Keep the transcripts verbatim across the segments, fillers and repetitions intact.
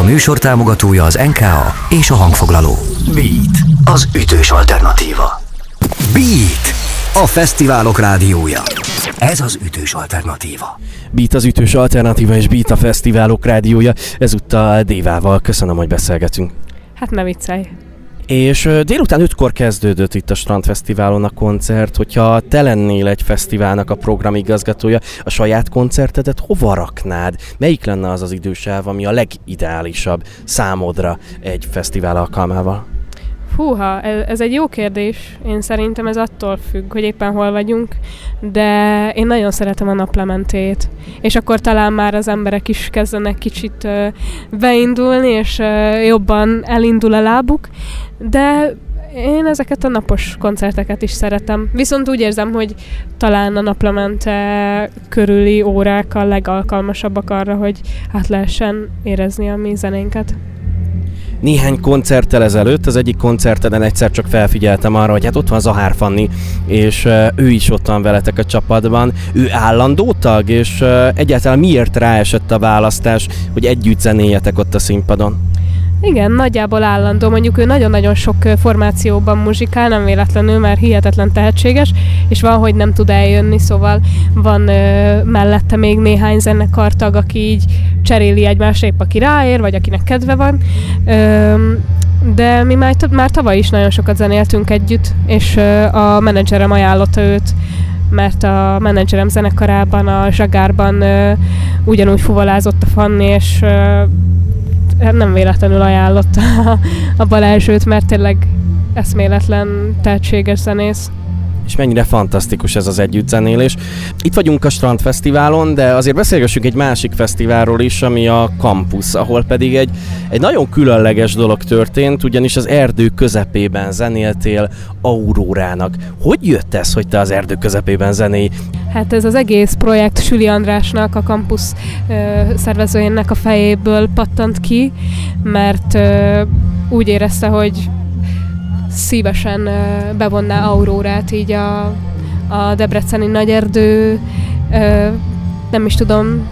műsor támogatója az en ká á és a hangfoglaló. Beat, az ütős alternatíva. Beat, a fesztiválok rádiója. Ez az ütős alternatíva. Beat az ütős alternatíva és Beat a fesztiválok rádiója. Ezúttal Dévával. Köszönöm, hogy beszélgetünk. Hát ne viccelj. És délután ötkor kezdődött itt a Strandfesztiválon a koncert. Hogyha te lennél egy fesztiválnak a programigazgatója, a saját koncertedet hova raknád? Melyik lenne az az idősáv, ami a legideálisabb számodra egy fesztivál alkalmával? Húha, ez egy jó kérdés. Én szerintem ez attól függ, hogy éppen hol vagyunk, de én nagyon szeretem a naplementét. És akkor talán már az emberek is kezdenek kicsit beindulni, és jobban elindul a lábuk, de én ezeket a napos koncerteket is szeretem. Viszont úgy érzem, hogy talán a naplemente körüli órák a legalkalmasabbak arra, hogy át lehessen érezni a mi zenénket. Néhány koncerttel ezelőtt, az egyik koncerteden egyszer csak felfigyeltem arra, hogy hát ott van Zahár Fanni, és uh, ő is ott van veletek a csapatban. Ő állandó tag, és uh, egyáltalán miért ráesett a választás, hogy együtt zenéljetek ott a színpadon? Igen, nagyjából állandó. Mondjuk ő nagyon-nagyon sok formációban muzsikál, nem véletlenül, mert hihetetlen tehetséges, és van, hogy nem tud eljönni, szóval van ö, mellette még néhány zenekartag, aki így cseréli egymást épp, aki ráér, vagy akinek kedve van. Ö, de mi már, már tavaly is nagyon sokat zenéltünk együtt, és ö, a menedzserem ajánlotta őt, mert a menedzserem zenekarában, a Zsagárban ö, ugyanúgy fuvolázott a Fanni, és ö, nem véletlenül ajánlotta a Balázs őt, mert tényleg eszméletlen tehetséges zenész. És mennyire fantasztikus ez az együttzenélés. Itt vagyunk a Strandfesztiválon, de azért beszélgessünk egy másik fesztiválról is, ami a Campus, ahol pedig egy, egy nagyon különleges dolog történt, ugyanis az erdő közepében zenéltél Aurórának. Hogy jött ez, hogy te az erdő közepében zenélj? Hát ez az egész projekt Süli Andrásnak, a Campus ö, szervezőjének a fejéből pattant ki, mert ö, úgy érezte, hogy szívesen bevonná Aurórát így a, a debreceni nagyerdő, nem is tudom,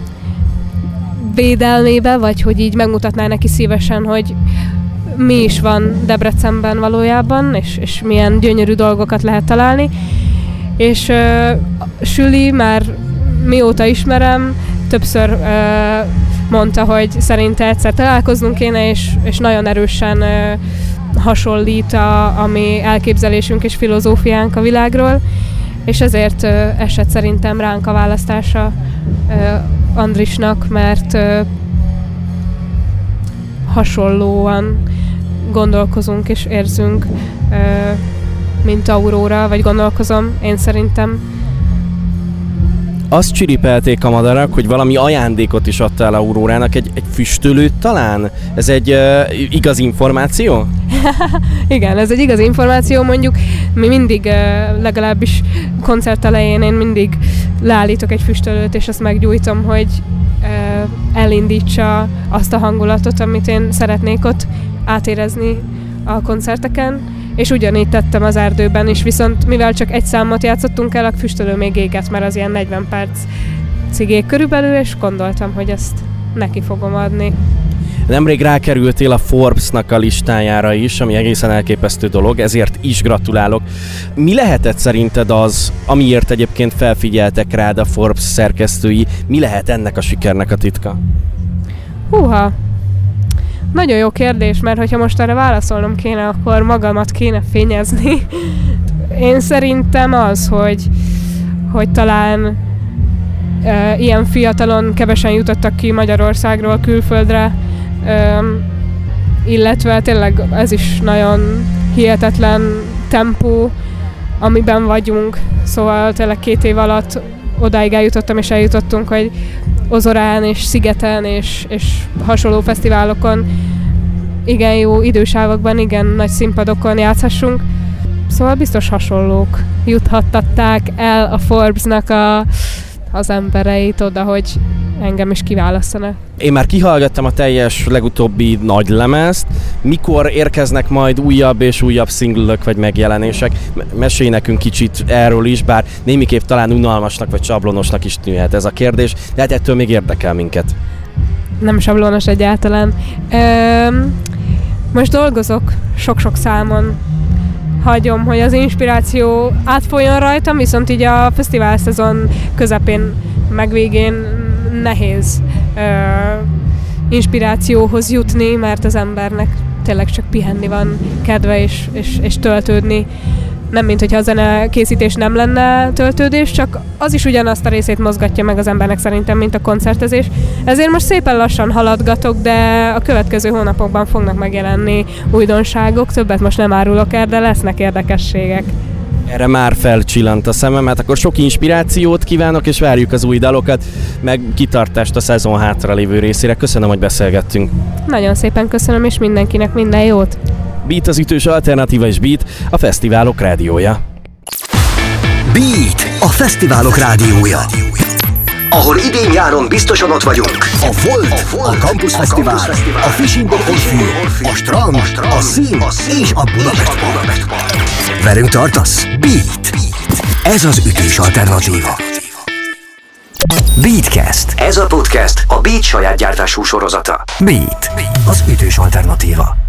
védelmébe, vagy hogy így megmutatná neki szívesen, hogy mi is van Debrecenben valójában, és, és milyen gyönyörű dolgokat lehet találni. És uh, Süli már mióta ismerem, többször uh, mondta, hogy szerinte egyszer találkoznunk kéne, és, és nagyon erősen uh, hasonlít a, a mi elképzelésünk és filozófiánk a világról, és ezért ö, esett szerintem ránk a választása ö, Andrisnak, mert ö, hasonlóan gondolkozunk és érzünk, ö, mint Auróra, vagy gondolkozom, én szerintem. Azt csiripelték a madarak, hogy valami ajándékot is adtál Aurórának, egy, egy füstölőt talán? Ez egy uh, igaz információ? Igen, ez egy igaz információ, mondjuk mi mindig, uh, legalábbis koncert elején én mindig leállítok egy füstölőt, és azt meggyújtom, hogy uh, elindítsa azt a hangulatot, amit én szeretnék ott átérezni a koncerteken. És ugyanígy tettem az erdőben is, viszont mivel csak egy számot játszottunk el, a füstölő még éget, mert az ilyen negyven perc cigék körülbelül, és gondoltam, hogy ezt neki fogom adni. Nemrég rákerültél a Forbes-nak a listájára is, ami egészen elképesztő dolog, ezért is gratulálok. Mi lehetett szerinted az, amiért egyébként felfigyeltek rád a Forbes szerkesztői? Mi lehet ennek a sikernek a titka? Húha! Nagyon jó kérdés, mert hogyha most erre válaszolnom kéne, akkor magamat kéne fényezni. Én szerintem az, hogy, hogy talán e, ilyen fiatalon kevesen jutottak ki Magyarországról külföldre, e, illetve tényleg ez is nagyon hihetetlen tempó, amiben vagyunk. Szóval tényleg két év alatt odáig eljutottam, és eljutottunk, hogy Ozorán és Szigeten és, és hasonló fesztiválokon igen jó idősávokban, igen nagy színpadokon játszhassunk. Szóval biztos hasonlók juthattatták el a Forbes-nak a, az embereit oda, hogy engem is kiválasztanak. Én már kihallgattam a teljes legutóbbi nagy lemezt. Mikor érkeznek majd újabb és újabb szinglök vagy megjelenések? Mesélj nekünk kicsit erről is, bár némiképp talán unalmasnak vagy sablonosnak is tűnhet ez a kérdés, de hát ettől még érdekel minket. nem sablonos egyáltalán. Ö, most dolgozok sok-sok számon. Hagyom, hogy az inspiráció átfoljon rajtam, viszont így a fesztivál szezon közepén, meg végén nehéz ö, inspirációhoz jutni, mert az embernek tényleg csak pihenni van kedve és, és, és töltődni. Nem, mint hogyha a zene készítés nem lenne töltődés, csak az is ugyanazt a részét mozgatja meg az embernek szerintem, mint a koncertezés. Ezért most szépen lassan haladgatok, de a következő hónapokban fognak megjelenni újdonságok. Többet most nem árulok el, de lesznek érdekességek. Erre már felcsillant a szemem, hát akkor sok inspirációt kívánok, és várjuk az új dalokat, meg kitartást a szezon hátralévő részére. Köszönöm, hogy beszélgettünk. Nagyon szépen köszönöm, és mindenkinek minden jót! Beat az ütős alternatíva, és Beat a fesztiválok rádiója. Beat a fesztiválok rádiója. Ahol idén-nyáron biztosan ott vagyunk. A Volt, a, Volt, a Campus Fesztivál, a Fishing Orfű, a Strand, a Szín és a Budapest Park. Velünk tartasz? Beat. Ez az ütős alternatíva. Beatcast. Ez a podcast a Beat saját gyártású sorozata. Beat. Az ütős alternatíva.